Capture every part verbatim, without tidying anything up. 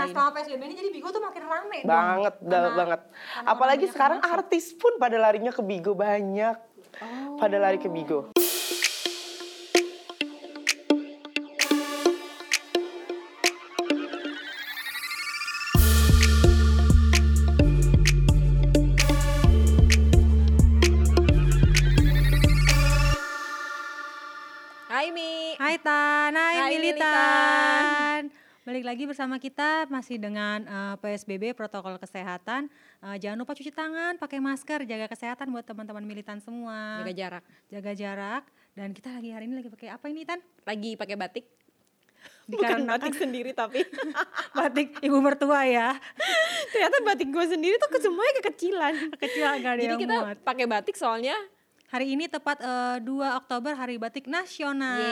selama P S B B ini jadi Bigo tuh makin rame banget, dong. Karena, banget. Apalagi sekarang masuk. artis pun pada larinya ke Bigo banyak. Oh. Pada lari ke Bigo. Hai Mi. Hai Tan, hai, Hai Militan. Balik lagi bersama kita masih dengan uh, P S B B protokol kesehatan. Uh, jangan lupa cuci tangan, pakai masker, jaga kesehatan buat teman-teman Militan semua. Jaga jarak. Jaga jarak. Dan kita lagi hari ini lagi pakai apa ini Tan? Lagi pakai batik. Bukan batik sendiri tapi batik ibu mertua ya. Ternyata batik gue sendiri tuh semuanya kekecilan. Kekecilan gak ada Jadi yang kita muat. pakai batik soalnya hari ini tepat uh, dua Oktober Hari Batik Nasional.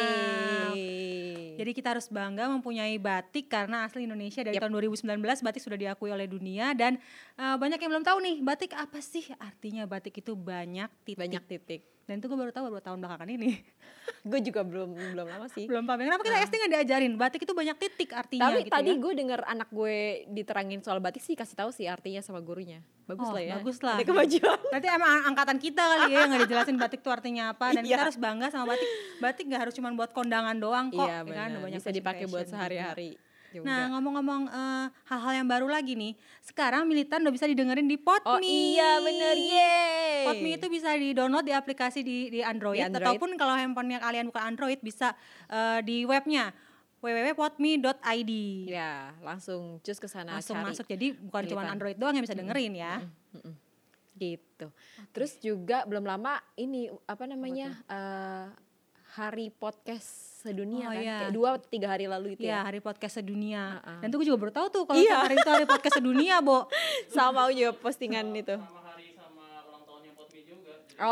Yeay. Jadi kita harus bangga mempunyai batik karena asli Indonesia dari Yep. tahun dua ribu sembilan belas batik sudah diakui oleh dunia dan uh, banyak yang belum tahu nih batik apa sih artinya. Batik itu banyak titik. banyak titik. Dan itu gue baru tahu beberapa tahun belakangan ini. Gue juga belum belum lama sih. Belum paham. Kenapa kita S D nggak diajarin batik itu banyak titik artinya Tapi gitu tadi ya? gue denger anak gue diterangin soal batik sih kasih tahu sih artinya sama gurunya. Bagus Oh, lah ya. bagus lah. Ada kemajuan. Nanti emang angkatan kita kali ya yang nggak dijelasin batik itu artinya apa dan Iya. kita harus bangga sama batik. Batik nggak harus cuma buat kondangan doang kok. Iya ya kan? benar. Banyak Bisa dipakai fashion buat juga. sehari-hari juga. Nah ngomong-ngomong uh, hal-hal yang baru lagi nih, sekarang Militan udah bisa didengerin di Podme. Oh iya bener, yeay. Podme itu bisa di-download di aplikasi di, di, Android, Di Android. ataupun kalau handphonenya kalian bukan Android bisa uh, di webnya w w w titik podme titik i d. Ya langsung cus ke sana Langsung cari. masuk, jadi bukan cuma Militan. Android doang yang bisa dengerin ya. Mm-mm. Gitu. Terus juga belum lama ini apa namanya uh, hari podcast sedunia Oh, kan, iya. kayak dua tiga hari lalu itu Iya, ya. hari podcast sedunia. Uh-uh. Dan tuh gue juga baru tahu tuh kalau Iya. hari itu hari podcast sedunia, Bo. Sama juga postingan itu. sama hari sama ulang tahunnya Podme juga.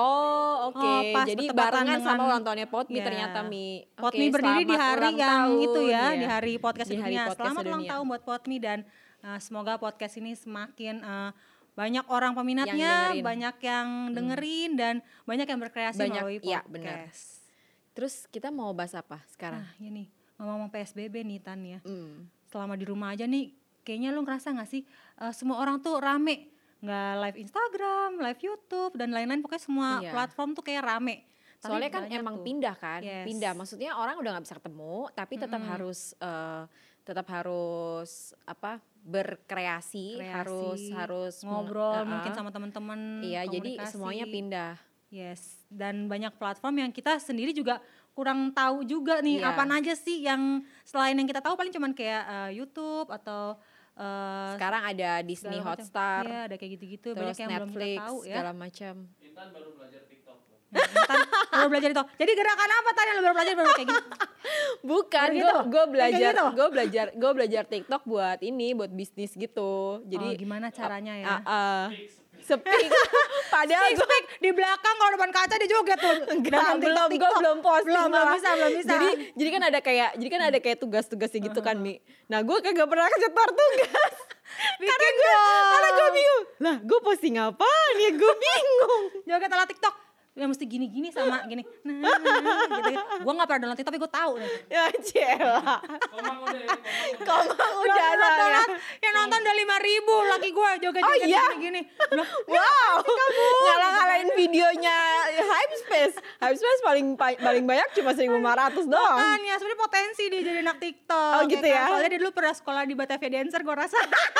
Oh oke, Oh, pas jadi bertepatan barengan sama dengan- ulang tahunnya Podme Iya. ternyata Mi. Oke, Podme berdiri di selamat hari ulang yang tahun, itu ya, iya. di hari podcast Di hari sedunia. podcast Selamat ulang sedunia. tahun buat Podme dan uh, semoga podcast ini semakin uh, banyak orang peminatnya, Yang dengerin. banyak yang dengerin dan banyak yang berkreasi Banyak, melalui iya, podcast. benar. Terus kita mau bahas apa sekarang? Nah, ini ngomong-ngomong P S B B nih Tan ya. Hmm. Selama di rumah aja nih, kayaknya lu ngerasa nggak sih uh, semua orang tuh rame, nggak live Instagram, live YouTube dan lain-lain, pokoknya semua Iya. platform tuh kayak rame. Tapi Soalnya kan banyak emang tuh. pindah kan, Yes. pindah. Maksudnya orang udah nggak bisa ketemu, tapi tetap Mm-mm. harus eh, tetap harus apa berkreasi, Kreasi, harus harus ngobrol meng- mungkin uh-uh. sama teman-teman. Iya, jadi komunikasi. semuanya pindah. Yes, dan banyak platform yang kita sendiri juga kurang tahu juga nih Iya. apa aja sih yang selain yang kita tahu paling cuman kayak uh, YouTube atau uh, Sekarang ada Disney segala macam. Hotstar, Iya, ada kayak gitu-gitu, terus banyak yang belum kita Netflix, tahu ya. segala macam. Intan baru belajar TikTok loh. Nah, Intan baru belajar itu. Jadi gerakan apa tadi yang lu baru belajar baru kayak gitu? Bukan, Kayak gue gitu? gue Kayak belajar gitu? gue belajar gue belajar TikTok buat ini, buat bisnis gitu. Jadi Oh, gimana caranya ya? uh, uh, speak. Padahal Speak, gue speak, di belakang kalau depan kaca dia joget tuh. Enggak, Dengan belum, TikTok, gue TikTok. belum posting Belum, belum malah. bisa, belum bisa. Jadi, jadi kan ada kayak, jadi kan ada kayak tugas-tugasnya gitu kan Mi. Nah gue kagak pernah kesetor tugas. Bikin gue, dong. karena gue bingung. Lah gue posting apaan ya, gue bingung. Joget ala TikTok. Ya mesti gini-gini sama gini. Nah, nah, gitu. Gue gak pernah download TikTok tapi gue tahu deh. Ya cela. Komang udah ya, komang udah. Komang Belum udah pernah soalnya. download. Yang nonton udah lima ribu laki gue joget-joget Oh, iya? gini-gini. Loh, Wow, ngalah-ngalahin videonya Hypespace. Hypespace paling pa- paling banyak cuma seribu lima ratus doang. kan ya sebenarnya potensi dia jadi anak TikTok. Oh, gitu ya? Soalnya dia dulu pernah sekolah di Batavia Dancer gue rasa.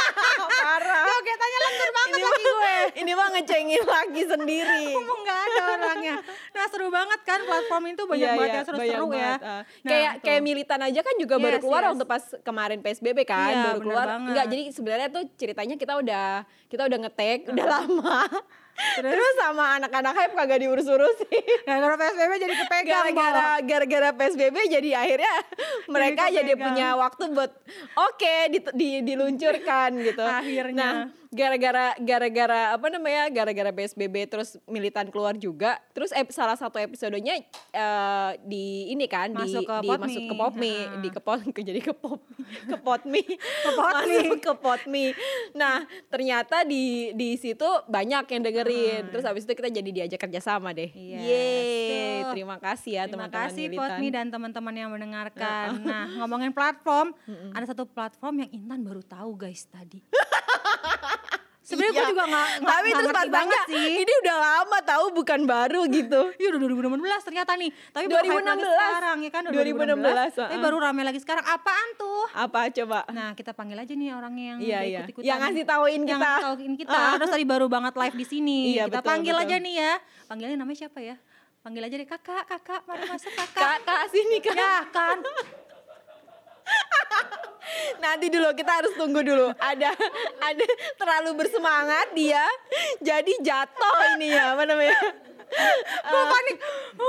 Parah. Jogetannya lentur banget Ini laki mah, gue. ini mah ngecengin lagi sendiri. Ngomong gak ada orangnya. Nah seru banget kan platform itu banyak Iya, banget iya, yang seru-seru banyak ya. banget, ah. Nah, kayak tuh. kayak Militan aja kan juga baru Yes, keluar yes. waktu pas kemarin P S B B kan, Iya, baru bener keluar. banget. Enggak, jadi sebenarnya tuh ceritanya kita udah kita udah nge-tag udah lama. Terus? Terus sama anak-anak hype kagak diurus-urusin. Gara-gara P S B B jadi kepegang. Gara-gara Bo. gara-gara P S B B jadi akhirnya mereka jadi kepegang. punya waktu buat oke di, di- diluncurkan gitu. Akhirnya. Nah, gara-gara gara-gara apa namanya gara-gara P S B B terus Militan keluar juga terus ep, salah satu episodenya uh, di ini kan Masuk di, ke di Potmi. masuk ke Popmi Ha. di ke pot ke jadi ke pop ke Potmi Ke Potmi. masuk ke Potmi. Nah ternyata di di situ banyak yang dengerin terus habis itu kita jadi diajak kerjasama deh. Yes. Yeay Tuh. terima kasih ya Terima teman-teman kasih Militan. Potmi dan teman-teman yang mendengarkan. Nah, ngomongin platform, ada satu platform yang Intan baru tahu guys tadi. Sebenarnya gue Iya. juga nggak nggak Tapi nggak terus ngerti pas banget tanya, sih. ini udah lama tahu bukan baru gitu. Iya udah dua ribu enam belas ternyata nih. Tapi dua ribu baru hype enam lagi belas. sekarang ya kan udah dua ribu enam belas, Tapi uh-uh. baru rame lagi sekarang. Apaan tuh? Apa coba? Nah, kita panggil aja nih orangnya yang Iya, udah iya. ikut-ikutan. Yang ngasih tauin Yang kita. ngasih tauin kita. Ah. Terus tadi baru banget live di sini. Iya, kita betul, panggil betul. aja nih ya. Panggilnya namanya siapa ya? Panggil aja deh kakak, kakak, mari masuk kakak. Kakak sini kak. Ya kan. Nanti dulu kita harus tunggu dulu. Ada ada terlalu bersemangat dia, jadi jatuh ini ya apa namanya? Gue panik.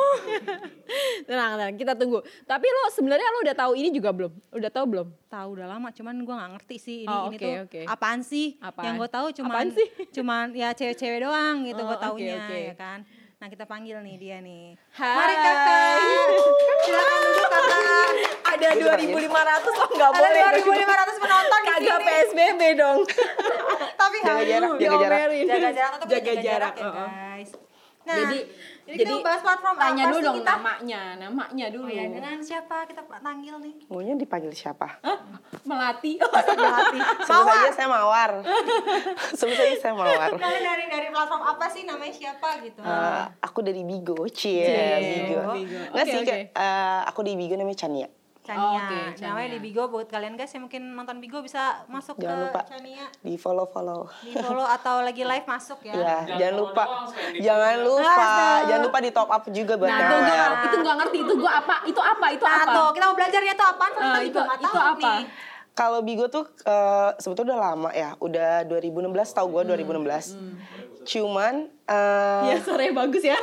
Tenang, tenang, kita tunggu. Tapi lo sebenarnya lo udah tahu ini juga belum? Udah tahu belum? Tahu udah lama, cuman gue nggak ngerti sih ini Oh, ini oke, tuh oke. apaan sih? Apaan? Yang gue tahu cuman Apaan sih? cuman ya cewek-cewek doang gitu Oh, gue oke, taunya oke. ya kan. Nah kita panggil nih dia nih. Hai. Mari kakak. Silakan duduk kakak. Ada dua ribu lima ratus oh nggak Ada boleh. dua ribu lima ratus penonton di Kagak sini. P S B B dong. Tapi Jaga halu. jarak, jaga jarak. Diomelin. Jaga jarak tetap Jaga jaga, jarak, ya uh-uh. guys. Nah, Jadi jadi, kita bahas platform tanya apa dulu sih dong kita? namanya, namanya Oh dulu. ya, dengan siapa kita panggil nih? Maunya dipanggil siapa? Hah? Melati. Melati. Sebut saja saya Mawar. Sebut saja saya Mawar. Kalian dari dari platform apa sih, namanya siapa gitu? Eh, aku dari Bigo, cie, Cie, Bigo. Bigo. Nggak Oke, sih, oke. kayak, eh, aku di Bigo namanya Chania. Chania. Oh, oke, Chania. Namanya di Bigo buat kalian guys yang mungkin nonton Bigo bisa masuk Jangan ke lupa Chania, di follow follow. di follow atau lagi live masuk ya. Ya, Jangan jangan follow lupa, doang, spending jangan juga. lupa, Aduh. jangan lupa di top up juga buat Nah, yang tuh gua, bayar. itu gua ngerti, itu gua apa? Itu apa? Itu Nah, apa? tuh kita mau belajar ya tuh apaan, Eh, ternyata itu- juga nggak itu tahu apa? nih. Kalau Bigo tuh eh, sebetulnya udah lama ya, udah dua ribu enam belas, tahu gue dua ribu enam belas. Cuman eh, Ya sore bagus ya.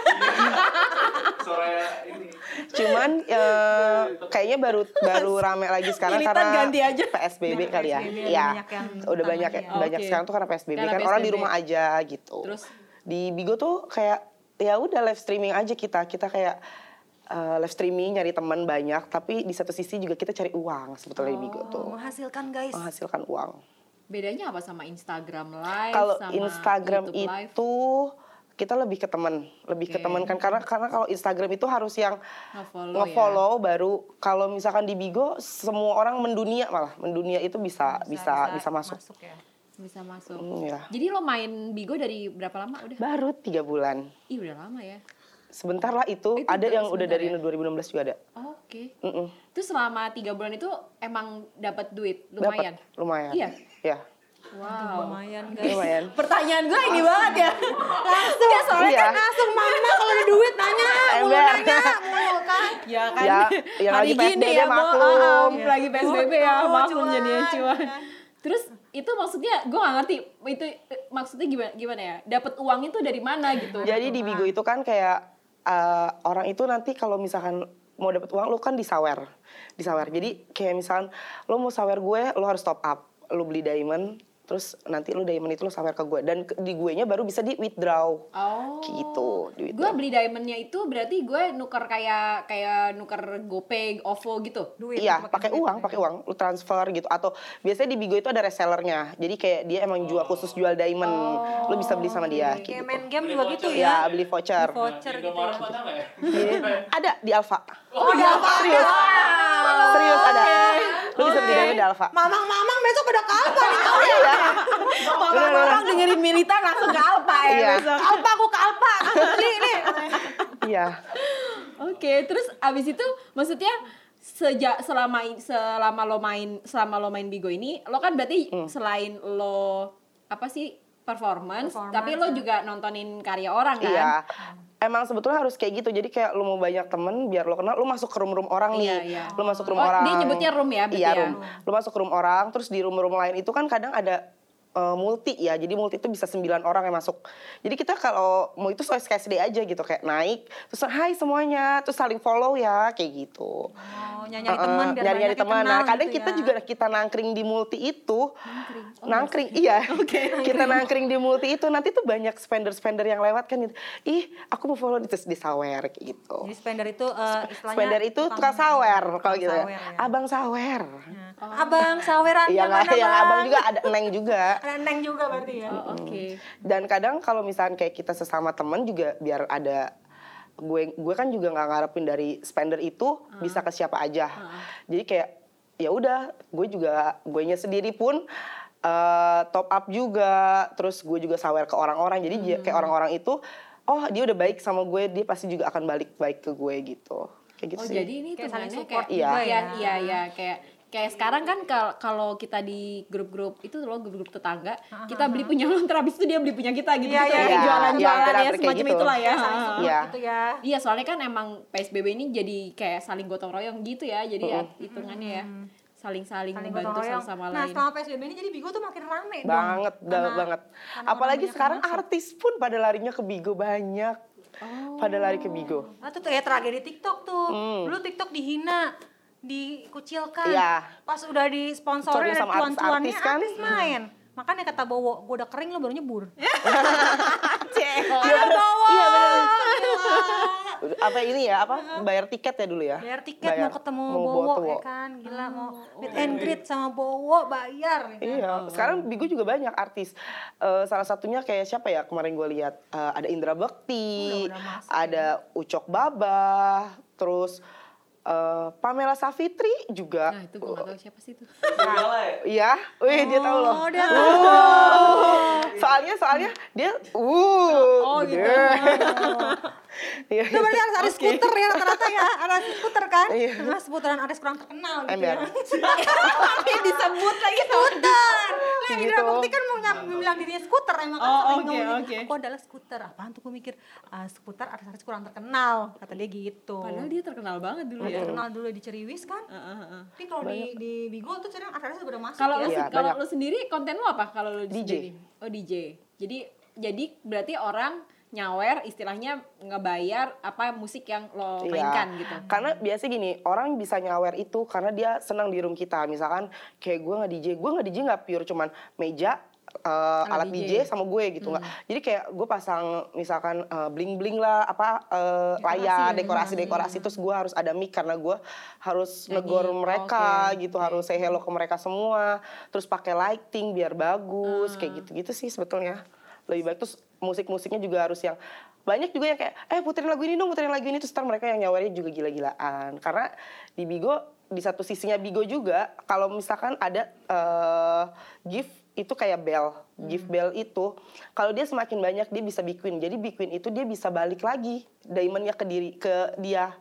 Sore ini. cuman eh, kayaknya baru baru rame lagi sekarang Militan karena ganti aja. P S B B kali ya. P S B B Iya. banyak yang Udah banyak ya, tangannya. banyak Oke. sekarang tuh karena P S B B Karena kan P S B B. orang di rumah aja gitu. Terus? Di Bigo tuh kayak ya udah live streaming aja kita. Kita kayak eh, live streaming nyari teman banyak, tapi di satu sisi juga kita cari uang sebetulnya di Bigo tuh. Oh, menghasilkan guys. Menghasilkan uang. Bedanya apa sama Instagram Live Kalau sama Instagram YouTube Live? itu kita lebih ke teman, lebih ke Oke. teman kan karena karena kalau Instagram itu harus yang Nge-follow, nge-follow baru kalau misalkan di Bigo semua orang mendunia malah mendunia itu bisa bisa bisa, masuk. ya. ya. Bisa masuk. Hmm, ya. Jadi lo main Bigo dari berapa lama udah? Baru tiga bulan. Ih udah lama ya. Sebentar lah itu, Itu ada udah yang udah sebentar dari ya? dua ribu enam belas juga ada. Oh, Oke. Mm-mm. Terus selama tiga bulan itu emang dapat duit Dapet, lumayan. lumayan. Iya? Ya, Wow. Lumayan guys. lumayan. Pertanyaan gue ini banget ya. Langsung, Nggak, soalnya Iya. kan langsung mama kalau ada duit nanya, mulu Ember. nanya, mulu kan. Ya kan. Ya, yang hari lagi P S B B gini ya, Bo. maklum. Ah, ah, lagi P S B B ya, Butuh maklum cuan, jadinya cuan. kan. Terus itu maksudnya gue gak ngerti itu eh, maksudnya gimana gimana ya? Dapat uang itu dari mana gitu? Jadi di Bigo itu kan kayak eh, orang itu nanti kalau misalkan mau dapat uang lu kan disawer. Disawer. Jadi kayak misalkan lu mau sawer gue, lu harus top up. Lu beli diamond, terus nanti lu diamond itu lu sawer ke gue dan ke- di gue nya baru bisa di withdraw. Oh. Gitu, di Gue withdraw. beli diamondnya itu berarti gue nuker kayak kayak nuker GoPay, OVO gitu. Duit. Iya, itu pakai duit. uang, pakai uang, lu transfer gitu. Atau biasanya di Bigo itu ada resellernya. Jadi kayak dia emang jual khusus jual diamond. Lu bisa beli sama dia Kayak gitu. main game juga gitu Ya, ya. beli voucher. Beli voucher gitu ya. Ada nggak ya? Ada di Alfa. Oh, di apa? Serius. Serius ada. Lu bisa beli diamond di Alfa. Mamang-mamang besok pada kalpa nih. Iya. Mama-mama dengerin Militan langsung ke Alpa ya Iya. besok. Kalpa aku kalpa, aku beli nih. Iya. Oke, terus abis itu maksudnya sejak selama i- selama lo main selama lo main Bigo ini, lo kan berarti Hmm. selain lo apa sih performance, Performance, tapi lo ya. juga nontonin karya orang kan? Iya. Emang sebetulnya harus kayak gitu. Jadi kayak lu mau banyak temen biar lo kenal, lu masuk ke room-room orang nih. Iya, iya. Lu masuk ke room Oh, orang. dia nyebutnya room ya, berarti Iya, ya? room. Lu masuk ke room orang, terus di room-room lain itu kan kadang ada uh, multi ya, jadi multi itu bisa sembilan orang yang masuk. Jadi kita kalau mau itu so S K S D aja gitu, kayak naik, terus hai semuanya, terus saling follow ya, kayak gitu. Oh, nyari-nyari teman biar nyari-nyari banyak yang teman. kenal Nah, kadang gitu kita ya. juga kita nangkring di multi itu. Nangkring. Oh, Nangkring, iya. Kita nangkring di multi itu, nanti tuh banyak spender-spender yang lewat kan gitu. Ih, aku mau follow di terus di sawer kayak gitu. Jadi spender itu uh, istilahnya Spender itu tukang- tukang sawer kalau tukang gitu ya. sawer ya. Abang sawer. Nah, Abang saweran Iya mana, nggak, yang Bang? abang juga ada neng juga. Ada Neng juga berarti ya. Oh, oke. Dan kadang kalau misalnya kayak kita sesama temen juga biar ada gue gue kan juga nggak ngarepin dari spender itu uh. bisa ke siapa aja. Uh. Jadi kayak ya udah gue juga gue nya sendiri pun uh, top up juga, terus gue juga sawer ke orang-orang. Jadi hmm. kayak orang-orang itu oh dia udah baik sama gue, dia pasti juga akan balik baik ke gue gitu. Kayak gitu Oh sih. jadi ini Kayak saling tujuannya support kayak juga iya, ya. iya iya kayak kayak sekarang kan kal- kalau kita di grup-grup itu loh grup-grup tetangga kita beli punya lo ntar abis itu dia beli punya kita gitu Iya, gitu iya, kayak iya. jualan-jualan Iya, ya kayak semacam gitu. itulah ya. Saling support Iya. gitu ya. Iya soalnya kan emang P S B B ini jadi kayak saling gotong royong gitu ya jadi ya hitungannya ya saling-saling Saling membantu gotong royong. satu sama Nah, lain. selama P S B B ini jadi Bigo tuh makin rame dong. Banget, dah, Karena- banget. karena Apalagi orang sekarang banyak yang artis pun pada larinya ke Bigo banyak. Oh. Pada lari ke Bigo. Nah, itu tuh ya tragedi TikTok tuh. Hmm. Dulu TikTok dihina, dikucilkan. Iya. Pas udah disponsorin Sponsorin ada sama cuan-cuannya artis-artis kan. artis main. Makanya kata Bowo, gue udah kering lo baru nyebur. Iya bener. Iya bener. Apa ini ya, apa bayar tiket ya dulu ya? Bayar tiket Bayar. mau ketemu Mau Bowo Bowo. ya kan. Gila mau meet and greet sama Bowo bayar. Ya kan? Iya, sekarang Bigo juga banyak artis. Eh, salah satunya kayak siapa ya kemarin gue lihat eh, ada Indra Bekti, Udah- udah masuk ada Ucok Baba, terus eh, Pamela Savitri juga. Nah itu gue gak tahu siapa sih itu. Iya, wih dia tahu loh. Oh, dia tahu. Soalnya soalnya dia uh Oh, gitu. Iya. Itu berarti harus ada skuter ya rata-rata ya. Ada skuter kan? Iya. Nah, sebutan artis kurang terkenal gitu Ember. ya. Tapi disebut lagi Skuter. Nah, Gitu. Indra Bekti kan mau nyam- bilang dirinya skuter emang kan Oh, sering oke, ngomong oke. aku adalah skuter. Apaan tuh gue mikir ah, skuter artis-artis kurang terkenal kata dia gitu. Padahal dia terkenal banget dulu ya. terkenal dulu di Ceriwis kan. Heeh, heeh. Tapi kalau di di Bigo tuh sekarang artis udah masuk Kalau ya. lu Iya, kalau banyak. lu sendiri konten lu apa kalau lu D J. sendiri? Oh D J. Jadi jadi berarti orang nyawer istilahnya ngebayar apa musik yang lo Iya. mainkan gitu. Karena biasa gini, orang bisa nyawer itu karena dia senang di room kita. Misalkan kayak gue nggak D J, gue nggak D J nggak pure cuman meja, uh, Alat alat D J. D J sama gue gitu nggak. Jadi kayak gue pasang misalkan bling bling lah, apa uh, Dekorasi layar, ya, dekorasi dekorasi. dekorasi, terus gue harus ada mic karena gue harus Nyanyi. negor mereka Oke, gitu, oke. harus say hello ke mereka semua, terus pakai lighting biar bagus, kayak gitu-gitu sih sebetulnya. Lebih baik terus musik-musiknya juga harus yang banyak juga yang kayak eh puterin lagu ini dong, puterin lagu ini, terus ntar mereka yang nyawernya juga gila-gilaan. Karena di Bigo di satu sisinya Bigo juga kalau misalkan ada uh, gift itu kayak bell, gift bell itu kalau dia semakin banyak dia bisa bikin. Jadi bikin itu dia bisa balik lagi diamondnya ke diri ke dia.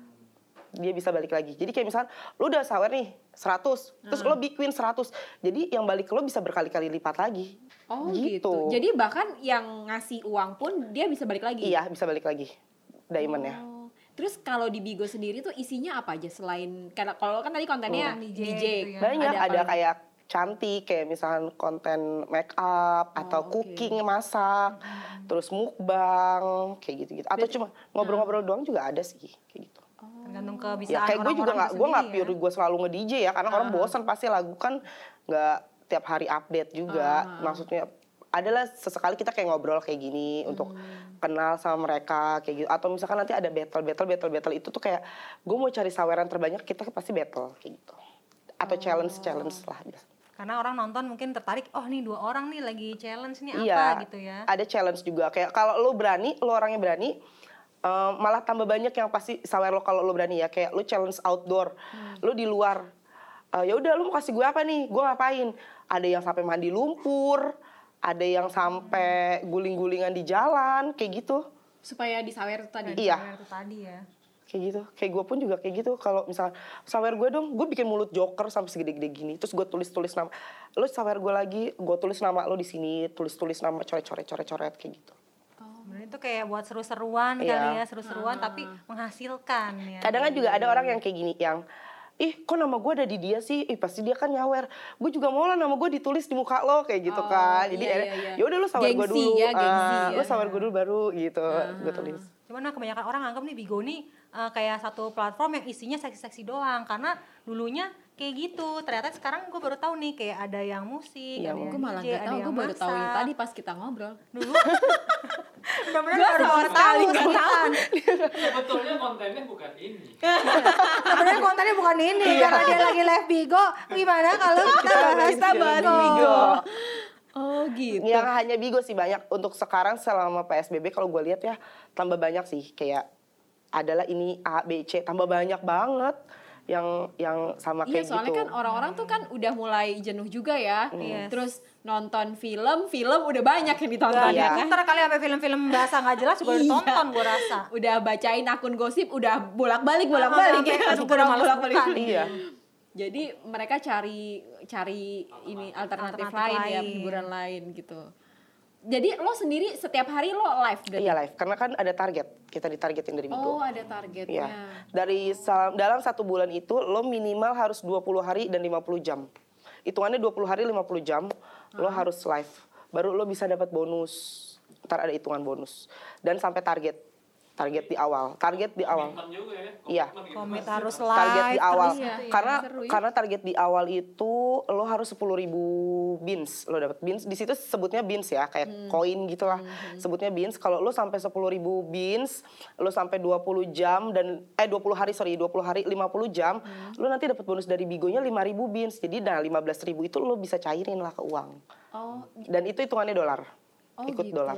Dia bisa balik lagi. Jadi kayak misalkan lu udah sawer nih seratus, terus lo bikin seratus. Jadi yang balik ke lo bisa berkali-kali lipat lagi. Oh gitu. Jadi bahkan yang ngasih uang pun dia bisa balik lagi. Iya, bisa balik lagi diamondnya. Oh. Terus kalau di Bigo sendiri tuh isinya apa aja selain karena kalau kan tadi kontennya Oh. D J, D J gitu ya. Banyak, ada, apa lagi? kayak cantik, kayak misalkan konten make up, atau oke. cooking, masak, terus mukbang, kayak gitu-gitu. Atau cuma ngobrol-ngobrol doang juga ada sih, kayak gitu. Tergantung kebiasaan Ya kayak gue juga orang-orang nggak, itu gue nggak sendiri pure gue selalu nge-D J ya, karena orang bosan pasti lagu kan nggak tiap hari update juga. Ah. Maksudnya adalah sesekali kita kayak ngobrol kayak gini untuk kenal sama mereka kayak gitu. Atau misalkan nanti ada battle, battle, battle, battle itu tuh kayak gue mau cari saweran terbanyak, kita pasti battle kayak gitu. Atau challenge, challenge lah. Karena orang nonton mungkin tertarik, oh nih dua orang nih lagi challenge nih apa Iya, gitu ya. ada challenge juga. Kayak kalau lo berani, lo orangnya berani, eh, malah tambah banyak yang pasti sawer lo kalau lo berani ya. Kayak lo challenge outdoor, lo di luar. Eh, ya udah lo mau kasih gue apa nih? Gue ngapain? Ada yang sampai mandi lumpur, ada yang sampai guling-gulingan di jalan, kayak gitu. supaya disawer tuh tadi. Iya. Sawer itu tadi ya. Kayak gitu, kayak gue pun juga kayak gitu. Kalau misalnya sawer gue dong, gue bikin mulut joker sampai segede-gede gini. Terus gue tulis-tulis nama, lo sawer gue lagi, gue tulis nama lo di sini, tulis-tulis nama coret-coret, coret-coret kayak gitu. Sebenarnya itu kayak buat seru-seruan Iya. kali ya, seru-seruan tapi menghasilkan ya. Kadang kan juga ada orang yang kayak gini, yang ih kok nama gue ada di dia sih, ih pasti dia kan nyawer, gue juga mau lah nama gue ditulis di muka lo kayak gitu Oh, kan. Jadi iya, iya, iya. ya udah lu sawer gue Gengsi dulu, ya, gengsi ah, ya. lu sawer gue dulu baru gitu gue tulis. Cuman nah, kebanyakan orang anggap nih Bigo nih uh, kayak satu platform yang isinya seksi-seksi doang. Karena dulunya kayak gitu. Ternyata sekarang gue baru tahu nih kayak ada yang musik, Iya, ada yang Gue malah D J, nggak ada tahu, yang gue baru tahu ini masak. tadi pas kita ngobrol. Dulu. Benar-benar Gue baru sama baru sekali tahu, nggak bukan. Sebetulnya kontennya bukan ini. Sebenarnya kontennya bukan ini. Karena dia lagi live Bigo. Gimana kalau kita bahas Kita bahas Bigo? Bigo. Oh gitu. Yang hanya Bigo sih banyak. Untuk sekarang selama P S B B kalau gue lihat ya tambah banyak sih. Kayak adalah ini A, B, C tambah banyak banget yang yang sama Iya, kayak soalnya gitu. kan orang-orang tuh kan udah mulai jenuh juga ya. Yes. Terus nonton film, film udah banyak yang ditonton Iya. ya kan. Ntar kali sampai film-film bahasa nggak jelas juga Iya. ditonton gue rasa. Udah bacain akun gosip, udah bolak-balik, bolak-balik Sampai ya. aduh, gue udah males Bolak-balik. buka nih. Iya. Jadi mereka cari cari ini alternatif, Alternatif lain, ya, lain. hiburan lain gitu. Jadi lo sendiri setiap hari lo live berarti? Iya live, karena kan ada target, kita ditargetin dari Bigo. Oh, ada targetnya. Iya. Dari sal- dalam satu bulan itu lo minimal harus dua puluh hari dan lima puluh jam. Hitungannya dua puluh hari lima puluh jam lo harus live. Baru lo bisa dapat bonus. Ntar ada hitungan bonus. Dan sampai target. Target di awal. Target di awal. Komitmen juga ya. Iya. Komitmen gitu. Komit harus live. Target di awal. terus Iya, gitu ya. Karena seru ya. karena target di awal itu lo harus sepuluh ribu beans lo dapat beans. Di situ sebutnya beans ya, kayak koin gitulah. Sebutnya beans. Kalau lo sampai sepuluh ribu beans, lo sampai dua puluh jam dan eh dua puluh hari sorry, dua puluh hari lima puluh jam, lo nanti dapat bonus dari Bigonya lima ribu beans. Jadi nah lima belas ribu itu lo bisa cairin lah ke uang. Oh, Dan itu hitungannya dolar. oh Ikut gitu. dolar.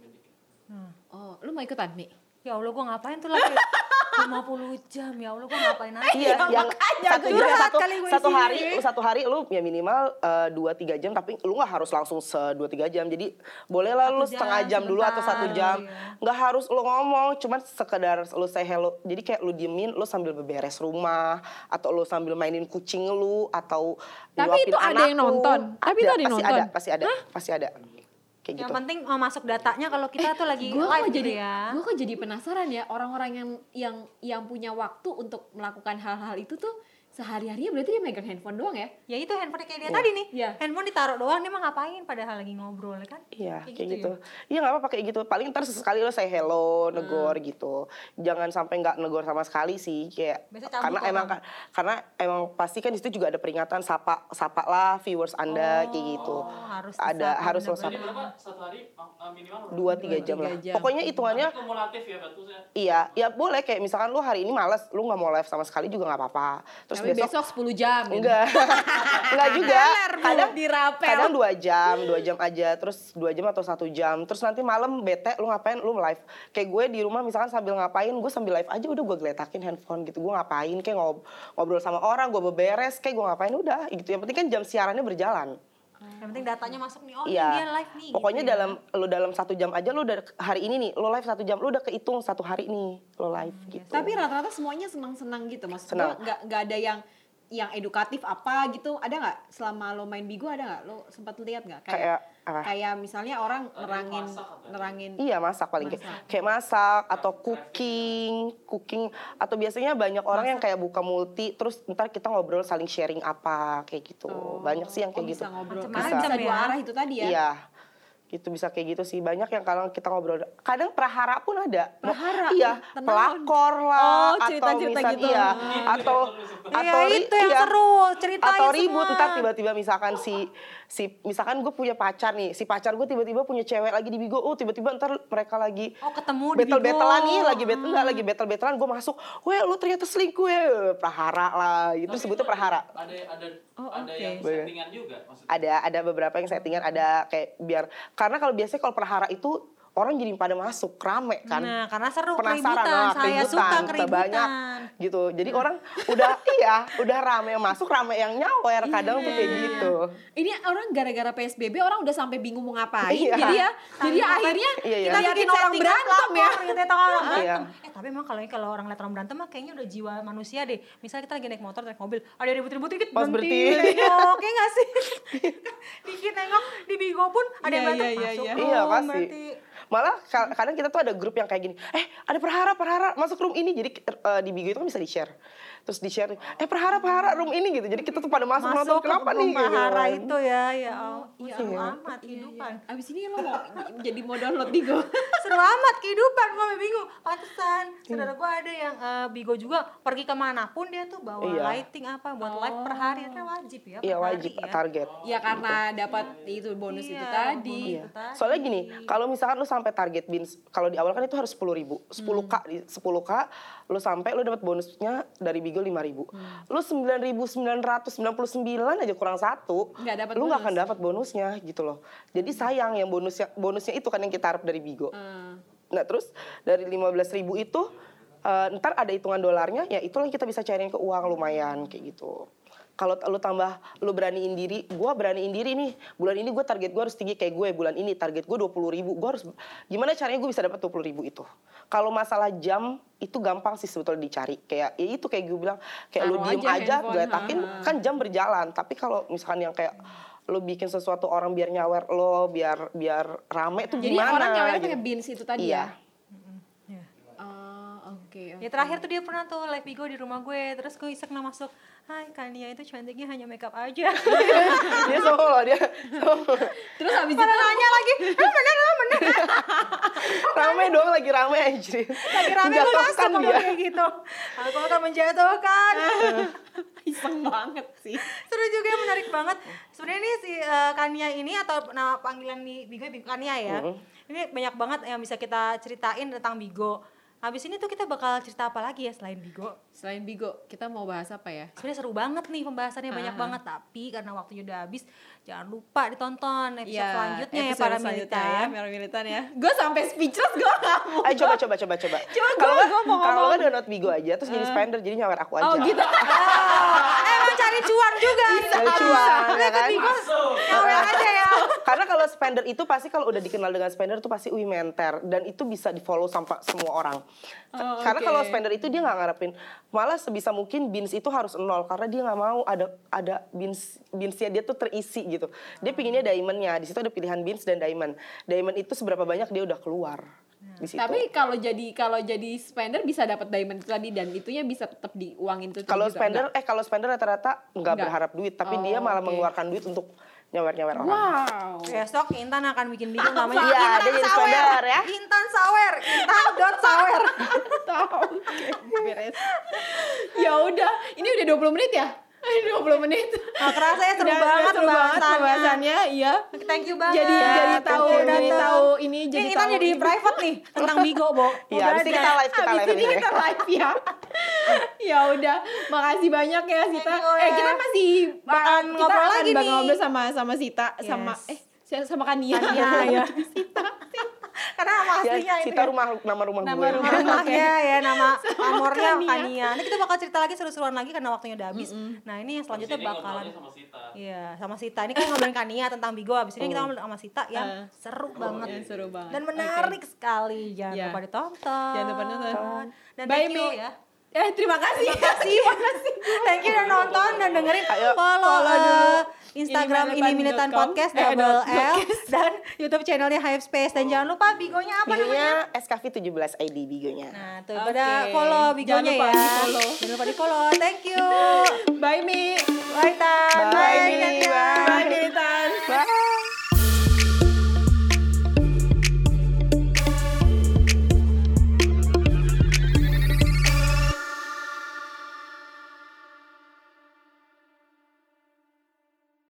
Oh, lu mau ikutan, Mi? Ya Allah gue ngapain tuh lagi lima puluh jam, ya Allah gue ngapain aja. Iya, yang satu gue jam curhat satu, kali gue satu di sini. hari, satu hari lu ya minimal dua tiga jam, tapi lu nggak harus langsung se dua tiga jam. Jadi boleh lah lu Satu setengah jam, jam dulu atau satu sebentar, jam. iya. Nggak harus lu ngomong, cuman sekedar lu say hello. Jadi kayak lu diemin, lu sambil beberes rumah atau lu sambil mainin kucing lu atau Tapi nyuapin itu ada anak yang lu. nonton? Tapi itu ada yang pasti nonton? ada, pasti ada, pasti ada. Kayak Yang gitu. penting oh, masuk datanya kalau kita tuh lagi Gue live kok gitu jadi, ya. gue kok jadi penasaran ya orang-orang yang yang yang punya waktu untuk melakukan hal-hal itu tuh sehari-harinya berarti dia megang handphone doang ya? Ya itu handphone kayak dia Iya. tadi nih. Iya. Handphone ditaruh doang, dia mah ngapain padahal lagi ngobrol kan? Iya, Kayak kayak gitu gitu. Iya nggak apa-apa kayak gitu. Paling ntar sesekali lo say hello, negor Hmm. gitu. Jangan sampai nggak negor sama sekali sih, kayak Biasanya cabut karena emang orang. karena emang pasti kan di situ juga ada peringatan sapa sapa lah viewers anda kayak gitu. Oh, harus Ada disapa, harus lo bener-bener. Jadi sapa berapa satu hari uh, minimal? dua tiga Dua, jam tiga lah. jam. Pokoknya hitungannya Tapi kumulatif ya batusnya. iya, ya boleh kayak misalkan lu hari ini malas, lu nggak mau live sama sekali juga nggak apa-apa. Terus Tapi besok, besok, sepuluh jam gitu. enggak. Enggak juga. Kadang dirapel. kadang dua jam, dua jam aja, terus dua jam atau satu jam. Terus nanti malam bete, lu ngapain? Lu live. Kayak gue di rumah misalkan sambil ngapain, gue sambil live aja udah gue geletakin handphone gitu. Gue ngapain, kayak ngob ngobrol sama orang, gue beberes, kayak gue ngapain udah gitu. Yang penting kan jam siarannya berjalan. Yang penting datanya masuk nih. Oh, Iya. ini dia live nih. Pokoknya gitu ya. dalam lu dalam satu jam aja lu udah hari ini nih, lu live satu jam, lu udah kehitung satu hari nih lo live gitu. Tapi rata-rata semuanya senang-senang gitu, maksud gue Senang. nggak nggak ada yang yang edukatif apa gitu, ada nggak selama lo main Bigo, ada nggak lo sempat lihat nggak kayak Kayak apa? kayak misalnya orang Ada yang nerangin masak apa? nerangin Iya masak paling kayak Masak. kayak masak atau cooking, cooking atau biasanya banyak orang yang kayak buka multi terus ntar kita ngobrol saling sharing apa kayak gitu. Oh, Banyak sih yang oh, kayak gitu. bisa ngobrol, Macam-macam karena bisa dua ya. arah itu tadi ya. Iya. Gitu bisa kayak gitu sih. Banyak yang kalau kita ngobrol kadang prahara pun ada. Prahara? Iya, Tenang. pelakor Oh, lah cerita-cerita atau misal gitu. iya Hmm. atau Iya, atau ri- itu yang iya. seru, ceritain atau ribut semua. ntar tiba-tiba misalkan si si misalkan gue punya pacar nih, si pacar gue tiba-tiba punya cewek lagi di Bigo, oh tiba-tiba ntar mereka lagi Oh, ketemu di battle battlean Bigo. nih, lagi battle enggak Hmm. lagi battle battlean, gue masuk, weh lu ternyata selingkuh ya, prahara lah, itu Tapi sebutnya itu prahara. Ada ada Oh, ada oke. yang settingan juga maksudnya. Ada ada beberapa yang settingan, ada kayak biar karena kalau biasanya kalau prahara itu orang jadi pada masuk rame kan. Nah, karena seru, Penasaran, keributan. nah, Saya keributan, suka kita keributan. banyak gitu. Jadi orang udah iya, udah rame yang masuk, rame yang nyawer, kadang tuh kayak gitu. Ini orang gara-gara P S B B orang udah sampai bingung mau ngapain. Iya. Jadi ya, jadi akhirnya Iya, iya. kita Kita bikin bikin orang settingan berantem ya. pelakor, gitu ya, tahu orang Iya. berantem. Eh tapi emang kalau kalau orang lihat orang berantem mah kayaknya udah jiwa manusia deh. Misalnya kita lagi naik motor, naik mobil, ada yang ribut-ribut dikit Pas berhenti, berhenti. nengok, ya nggak sih? Dikit nengok di Bigo pun ada yang Iya, berantem iya, iya, masuk. iya. Oh, Iya, pasti. berarti Malah ka- kadang kita tuh ada grup yang kayak gini, eh ada perhara perhara masuk room ini, jadi uh, di Bigo itu kan bisa di share, terus di share, eh perhara perhara room ini gitu, jadi kita tuh pada masuk, nonton Masuk ke kenapa nih? rumah gitu. Hara itu ya, ya Allah. Iya, Seru iya. amat kehidupan. Abis ini lo mau jadi mau download Bigo. Seru amat kehidupan, gue bingung. Pantesan, saudara gue ada yang eh, Bigo juga pergi kemanapun dia tuh bawa Iya. lighting apa buat live per hari, itu wajib ya. Iya per hari wajib ya. target. Ya karena dapat itu bonus Iya, itu tadi. bonus. Iya. Itu tadi. Soalnya gini, kalau misalkan lu sampai target bins, kalau di awal kan itu harus sepuluh ribu, sepuluh k di sepuluh k, lu sampai lu dapat bonusnya dari Bigo lima ribu. Lu sembilan ribu sembilan ratus sembilan puluh sembilan aja kurang satu, Nggak dapat lu nggak bonus. akan dapat bonusnya gitu loh. Jadi sayang yang bonusnya bonusnya itu kan yang kita harap dari Bigo. Hmm. Nah terus dari lima belas ribu itu uh, ntar ada hitungan dolarnya, ya itulah yang kita bisa cairin ke uang lumayan kayak gitu. Kalau lu tambah, lu beraniin diri, gue beraniin diri nih, bulan ini gue target gue harus tinggi kayak gue, bulan ini target gue dua puluh ribu, gue harus, gimana caranya gue bisa dapat dua puluh ribu itu. Kalau masalah jam, itu gampang sih sebetulnya dicari, kayak ya itu kayak gue bilang, kayak lu Taruh diem aja aja, handphone, geletakin, ha, ha. kan jam berjalan, tapi kalau misalkan yang kayak, lu bikin sesuatu orang biar nyawer lo, biar biar rame tuh Jadi gimana? orang nyawer gitu. pakai bins itu tadi Iya. ya. Iya. Oh, oke. Ya terakhir tuh dia pernah tuh live Bigo di rumah gue, terus gue iseng nah masuk, hai Kania itu cantiknya hanya makeup aja. Dia sama lo, dia sama. Terus habis Pada itu nanya lagi, eh bener emang bener. Rame dong, lagi rame aja. Lagi rame gue masuk Menjatuhkan ngomong dia. kayak gitu. Aku akan menjatuhkan. iseng banget sih. Seru juga, menarik banget. Sebenarnya ini si uh, Kania ini atau nama panggilan di Bigo Bigo Kania ya. Mhm. Ini banyak banget yang bisa kita ceritain tentang Bigo. Habis ini tuh kita bakal cerita apa lagi ya selain Bigo? Selain Bigo, kita mau bahas apa ya? Sebenarnya seru banget nih pembahasannya, banyak Ah. banget, tapi karena waktunya udah habis, jangan lupa ditonton episode Ya, selanjutnya ya episode para selanjutnya militan. ya, para militan ya. Gue sampai speechless, gue gak mau. Ayo coba coba coba coba. Coba Kalau gua- nggak gua mau kalau ngomong. nggak download Bigo aja terus jadi spender, jadi nyawer aku aja. Oh gitu. Ah, emang cari cuan juga. Cari cuan, ya kan? Masuk. Nyawer aja ya. Karena kalau spender itu pasti kalau udah dikenal dengan spender itu pasti wih menter, dan itu bisa di follow sampai semua orang. Oh, Karena oke. kalau spender itu dia nggak ngarepin, malah sebisa mungkin bins itu harus nol karena dia nggak mau ada ada bins binsnya dia tuh terisi gitu. Dia pinginnya diamondnya, di situ ada pilihan bins dan diamond. Diamond itu seberapa banyak dia udah keluar di situ. Tapi kalau jadi kalau jadi spender bisa dapat diamond itu tadi dan itunya bisa tetap diuangin itu Kalau juga, spender enggak? eh kalau spender rata-rata nggak Nggak. berharap duit, tapi Oh, dia malah oke. mengeluarkan duit untuk nyawer-nyawer orang. Wow. Besok Intan akan bikin Bigo namanya Iya, Intan dia jadi Sawer. spender ya. Intan Sawer, Intan dot Sawer. Tahu. Oke, beres. Ya udah, ini udah dua puluh menit ya? dua puluh menit. Nggak kerasa ya, seru Udah- udah banget seru banget pembahasannya. pembahasannya, iya. Thank you banget. Jadi jadi Thank tahu you, jadi datang. tahu ini jadi Ini Intan tahu jadi ini. private nih tentang Bigo, Bo. Iya, abis ini kita live kita Habis live ini ini ya. kita live ya. Ya udah, makasih banyak ya Sita. Thank you, Eh ya. kita masih Bakalan kita ngobrol akan lagi bakal nih. ngobrol sama sama Sita sama Yes. eh sama Kania. Kania, ya. Sita. Karena nama Ya, aslinya itu. Sita ya. rumah nama rumah Nama gue. rumah. Rumahnya ya, nama amornya Kania. Kania. Nanti kita bakal cerita lagi seru-seruan lagi karena waktunya udah habis. Nah ini yang selanjutnya Abis ini bakalan ngobrolnya sama Sita. Iya, sama Sita. Ini kan ngobrolin Kania tentang Bigo. Abis ini kita ngobrol sama Sita yang Eh. seru banget. Yang seru banget. Dan menarik sekali. Jangan Ya. lupa ditonton. Jangan lupa nonton. Dan Bye, thank you Mi. ya. Eh terima kasih. Terima kasih. Thank you udah nonton dan dengerin. Ayo. Follow, Follow eh, dulu. Instagram Ini Ini Militan Militan dot com. Podcast Eh, double dot L dan YouTube channelnya Hype Space. Dan jangan lupa Bigonya apa namanya? Bigonya S K V tujuh belas I D Bigonya. Nah, tuh Oke. pada follow Jangan Bigonya lupa ya. di-follow. Jangan lupa di follow. Thank you. Bye Mi. Bye Tan. Bye, Mi. Kania. Bye. Bye Militan. Bye.